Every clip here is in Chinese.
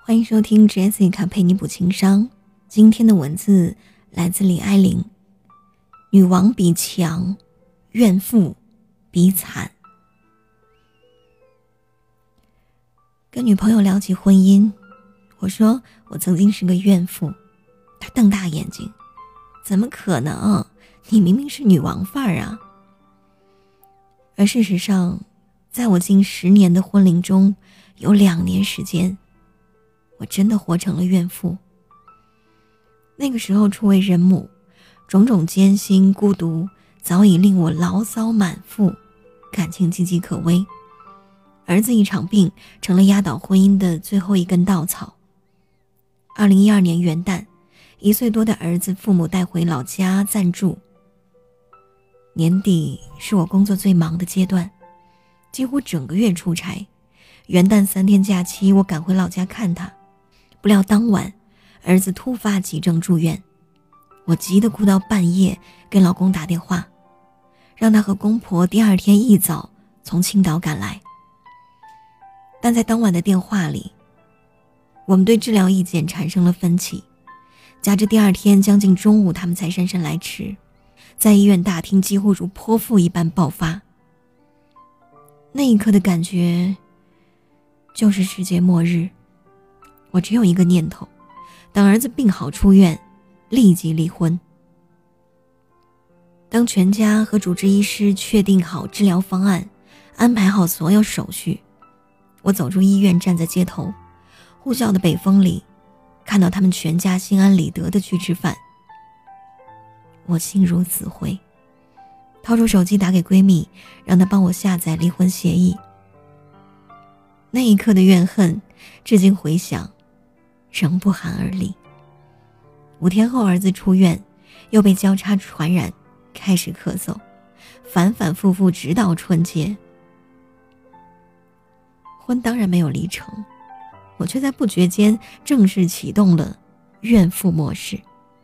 欢迎收听 Jessica 陪你补情商。今天的文字来自李爱玲。女王比强，怨妇比惨。跟女朋友聊起婚姻，我说我曾经是个怨妇。她瞪大眼睛，怎么可能？你明明是女王范儿啊！而事实上，在我近10年的婚龄中，有2年时间，我真的活成了怨妇。那个时候初为人母，种种艰辛孤独早已令我牢骚满腹，感情岌岌可危。儿子一场病成了压倒婚姻的最后一根稻草。2012年元旦，1岁多的儿子父母带回老家暂住。年底是我工作最忙的阶段，几乎整个月出差。元旦3天假期，我赶回老家看他，不料当晚儿子突发急症住院。我急得哭到半夜，给老公打电话，让他和公婆第2天一早从青岛赶来。但在当晚的电话里，我们对治疗意见产生了分歧，夹着第2天将近中午他们才姗姗来迟，在医院大厅几乎如泼妇一般爆发。那一刻的感觉就是世界末日。我只有一个念头，等儿子病好出院，立即离婚。当全家和主治医师确定好治疗方案，安排好所有手续，我走出医院，站在街头，呼啸的北风里，看到他们全家心安理得地去吃饭，我心如死灰，掏出手机打给闺蜜，让她帮我下载离婚协议。那一刻的怨恨，至今回想，仍不寒而栗。5天后，儿子出院，又被交叉传染，开始咳嗽，反反复复直到春节。婚当然没有离成，我却在不觉间正式启动了怨妇模式。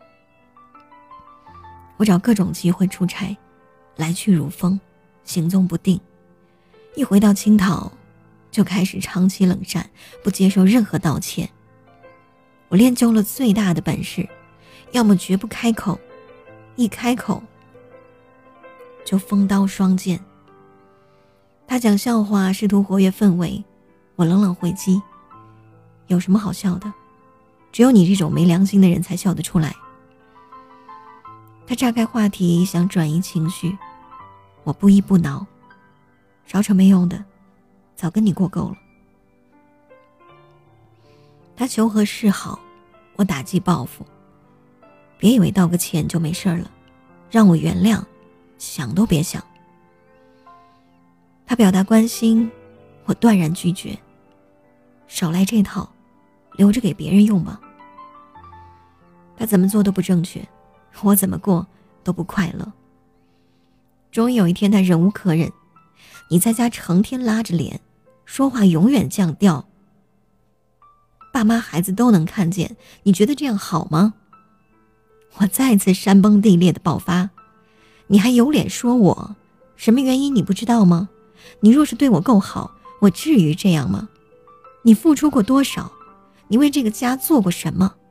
我找各种机会出差，来去如风，行踪不定。一回到青岛，就开始长期冷战，不接受任何道歉。我练就了最大的本事，要么绝不开口，一开口就锋刀双剑。他讲笑话试图活跃氛围，我冷冷回击，有什么好笑的？只有你这种没良心的人才笑得出来。他岔开话题，想转移情绪，我不依不挠，吵吵没用的，早跟你过够了。他求和示好，我打击报复。别以为道个歉就没事了，让我原谅，想都别想。他表达关心，我断然拒绝。少来这套，留着给别人用吧。他怎么做都不正确，我怎么过都不快乐。终于有一天，他忍无可忍，你在家成天拉着脸，说话永远降调，爸妈孩子都能看见，你觉得这样好吗？我再次山崩地裂的爆发，你还有脸说我？什么原因你不知道吗？你若是对我够好，我至于这样吗？你付出过多少？你为这个家做过什么？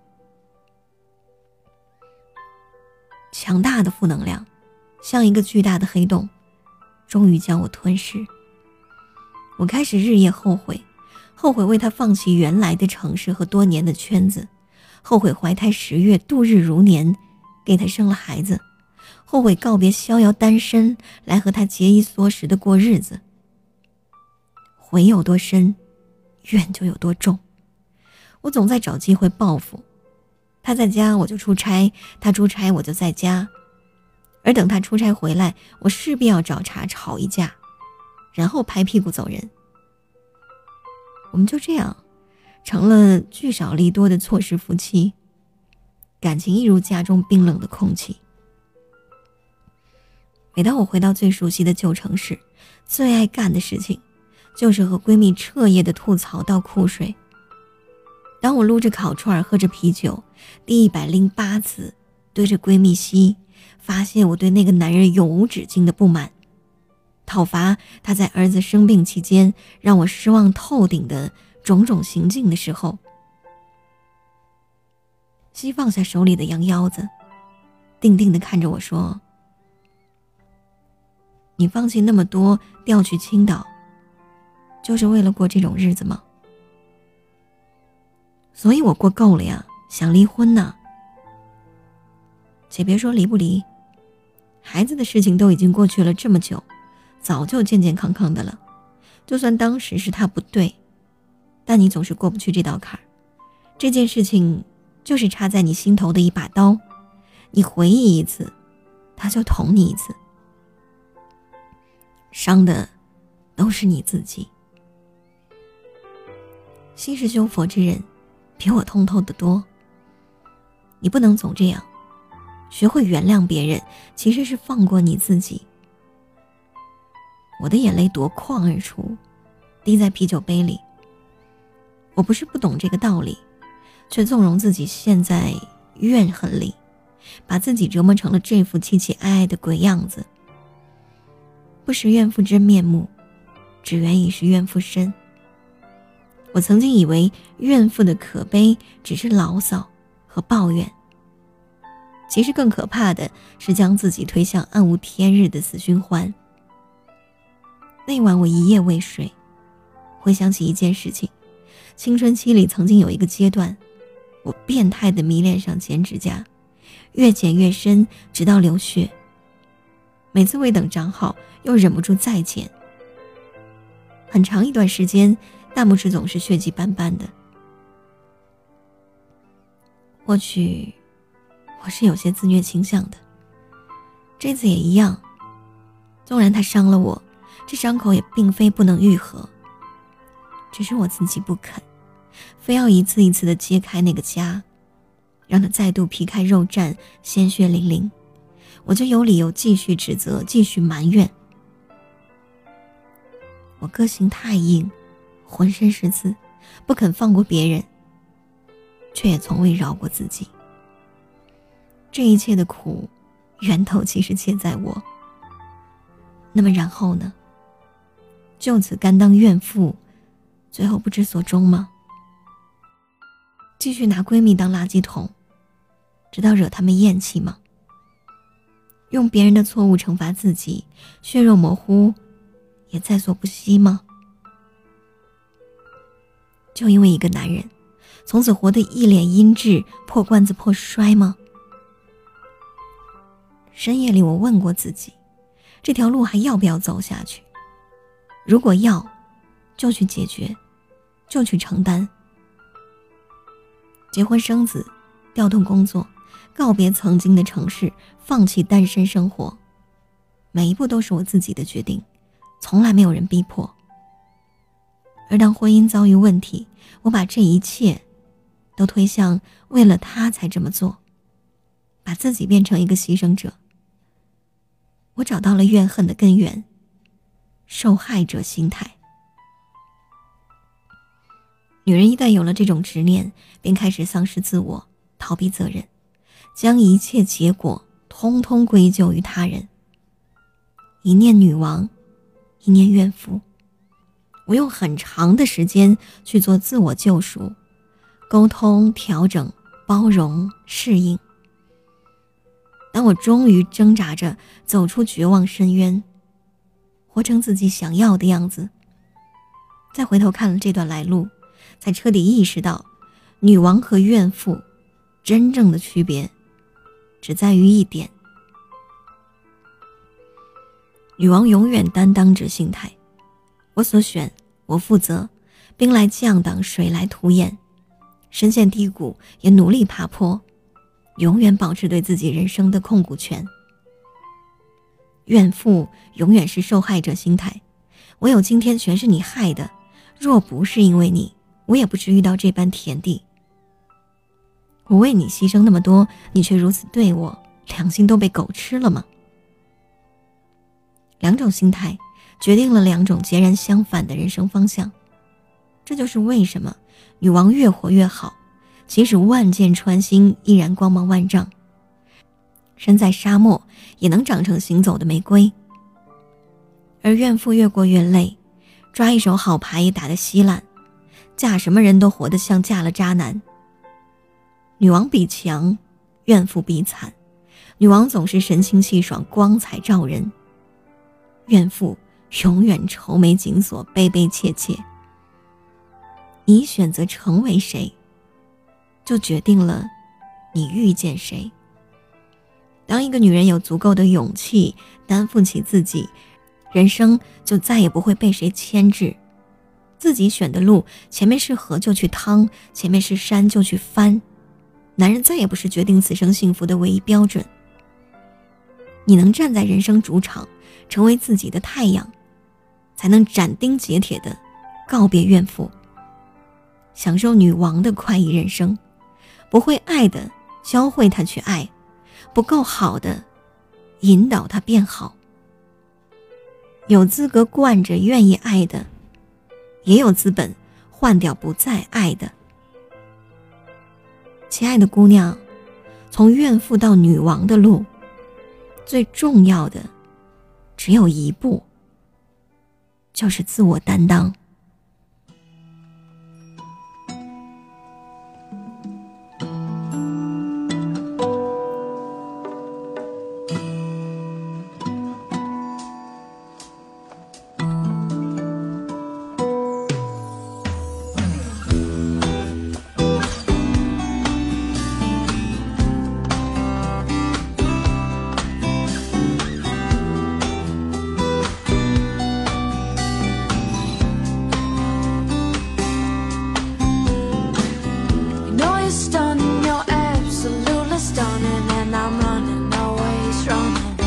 强大的负能量像一个巨大的黑洞，终于将我吞噬。我开始日夜后悔，后悔为他放弃原来的城市和多年的圈子，后悔怀胎10月度日如年，给他生了孩子，后悔告别逍遥单身，来和他节衣缩食的过日子。悔有多深，怨就有多重。我总在找机会报复，他在家我就出差，他出差我就在家，而等他出差回来，我势必要找茬吵一架，然后拍屁股走人。我们就这样成了聚少离多的错失夫妻，感情一如家中冰冷的空气。每当我回到最熟悉的旧城市，最爱干的事情就是和闺蜜彻夜的吐槽到哭睡。当我撸着烤串喝着啤酒，第108次对着闺蜜吸，发泄我对那个男人永无止境的不满，讨伐他在儿子生病期间让我失望透顶的种种行径的时候， 鸡放下手里的羊腰子，定定地看着我说：你放弃那么多调去青岛，就是为了过这种日子吗？所以我过够了呀，想离婚呢。且别说离不离，孩子的事情都已经过去了这么久，早就健健康康的了。就算当时是他不对，但你总是过不去这道坎儿。这件事情就是插在你心头的一把刀，你回忆一次，他就捅你一次，伤的都是你自己。心是修佛之人比我通透得多，你不能总这样，学会原谅别人，其实是放过你自己。我的眼泪夺眶而出，滴在啤酒杯里。我不是不懂这个道理，却纵容自己陷在怨恨里，把自己折磨成了这副凄凄哀哀的鬼样子。不识怨妇真面目，只缘已是怨妇身。我曾经以为怨妇的可悲只是牢骚和抱怨，其实更可怕的是将自己推向暗无天日的死循环。那晚我一夜未睡，回想起一件事情，青春期里曾经有一个阶段，我变态地迷恋上剪指甲，越剪越深，直到流血。每次未等长好，又忍不住再剪。很长一段时间，大拇指总是血迹斑斑的。或许我是有些自虐倾向的，这次也一样。纵然他伤了我，这伤口也并非不能愈合，只是我自己不肯，非要一次一次地揭开那个痂，让他再度皮开肉绽，鲜血淋淋，我就有理由继续指责，继续埋怨。我个性太硬，浑身是刺，不肯放过别人，却也从未饶过自己。这一切的苦，源头其实皆在我。那么然后呢？就此甘当怨妇，最后不知所终吗？继续拿闺蜜当垃圾桶，直到惹她们厌弃吗？用别人的错误惩罚自己，血肉模糊也在所不惜吗？就因为一个男人，从此活得一脸阴鸷，破罐子破摔吗？深夜里我问过自己，这条路还要不要走下去？如果要，就去解决，就去承担。结婚生子，调动工作，告别曾经的城市，放弃单身生活，每一步都是我自己的决定，从来没有人逼迫。而当婚姻遭遇问题，我把这一切都推向为了他才这么做，把自己变成一个牺牲者。我找到了怨恨的根源，受害者心态。女人一旦有了这种执念，便开始丧失自我，逃避责任，将一切结果通通归咎于他人。一念女王，一念怨妇。我用很长的时间去做自我救赎，沟通、调整、包容、适应。当我终于挣扎着走出绝望深渊，活成自己想要的样子，再回头看了这段来路，才彻底意识到，女王和怨妇真正的区别只在于一点：女王永远担当着心态，我所选，我负责，兵来将挡，水来土掩，深陷低谷也努力爬坡，永远保持对自己人生的控股权。怨妇永远是受害者心态，我有今天全是你害的，若不是因为你，我也不至遇到这般田地。我为你牺牲那么多，你却如此对我，良心都被狗吃了吗？两种心态决定了两种截然相反的人生方向。这就是为什么女王越活越好，即使万箭穿心，依然光芒万丈。身在沙漠也能长成行走的玫瑰。而怨妇越过越累，抓一手好牌也打得稀烂，嫁什么人都活得像嫁了渣男。 女王比强，怨妇比惨。女王总是神清气爽，光彩照人，怨妇永远愁眉紧锁，悲悲切切。你选择成为谁，就决定了你遇见谁。当一个女人有足够的勇气担负起自己，人生就再也不会被谁牵制。自己选的路，前面是河就去趟，前面是山就去翻。男人再也不是决定此生幸福的唯一标准。你能站在人生主场，成为自己的太阳，才能斩钉截铁地告别怨妇，享受女王的快意人生。不会爱的，教会她去爱；不够好的，引导她变好。有资格惯着愿意爱的，也有资本换掉不再爱的。亲爱的姑娘，从怨妇到女王的路，最重要的只有一步，就是自我担当。 Stunning, you're absolutely stunning, and I'm running, always running.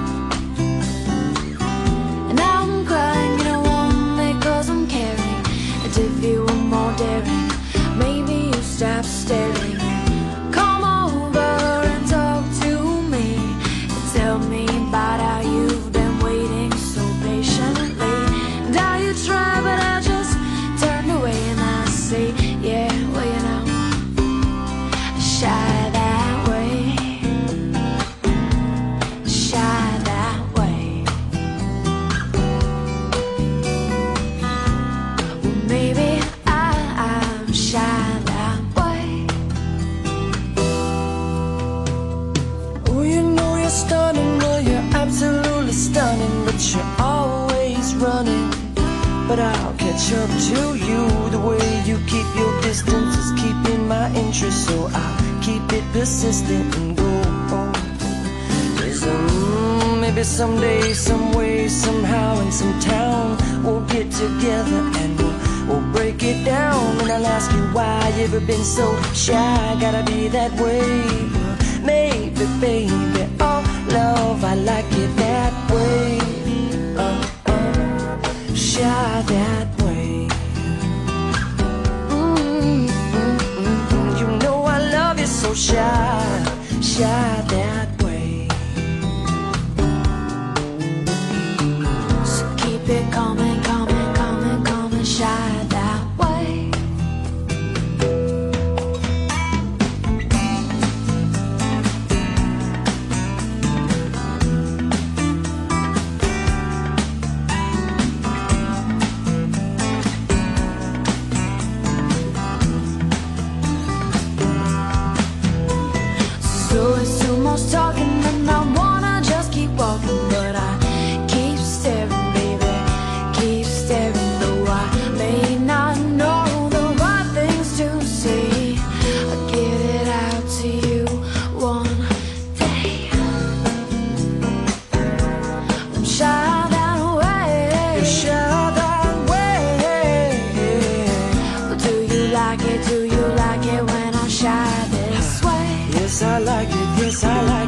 And now I'm crying, you know, only 'cause I'm caring. And if you were more daring, maybe you stop staring. Come over and talk to me, and tell me about how you've been waiting so patiently. And how you try, but I just turned away, and I say, yeah, well, you know, shy that way, shy that way. Well, maybe I'm shy that way. Oh, you know you're stunning, well, you're absolutely stunning, but you're always running. But I'll catch up to you. The way you keep your distance is keeping my interest, so I'll keep it persistent and go on. 'Cause maybe someday, some way, somehow, in some town, we'll get together and we'll break it down. And I'll ask you why you ever been so shy. Gotta be that way. Maybe, baby, oh love, I like it that way. Shy that way. You know I love you so shy, shy that way. So keep it coming, coming, coming, coming, shy that way. So it's too much talking and I wanna just keep walking, but I keep staring, baby, keep staring. Though I may not know the right things to say, I'll get it out to you one day. I'm shy that way. You're shy that way. But do you like it? Do you like it when I'm shy this way? Yes, I like it. Yes, I like it.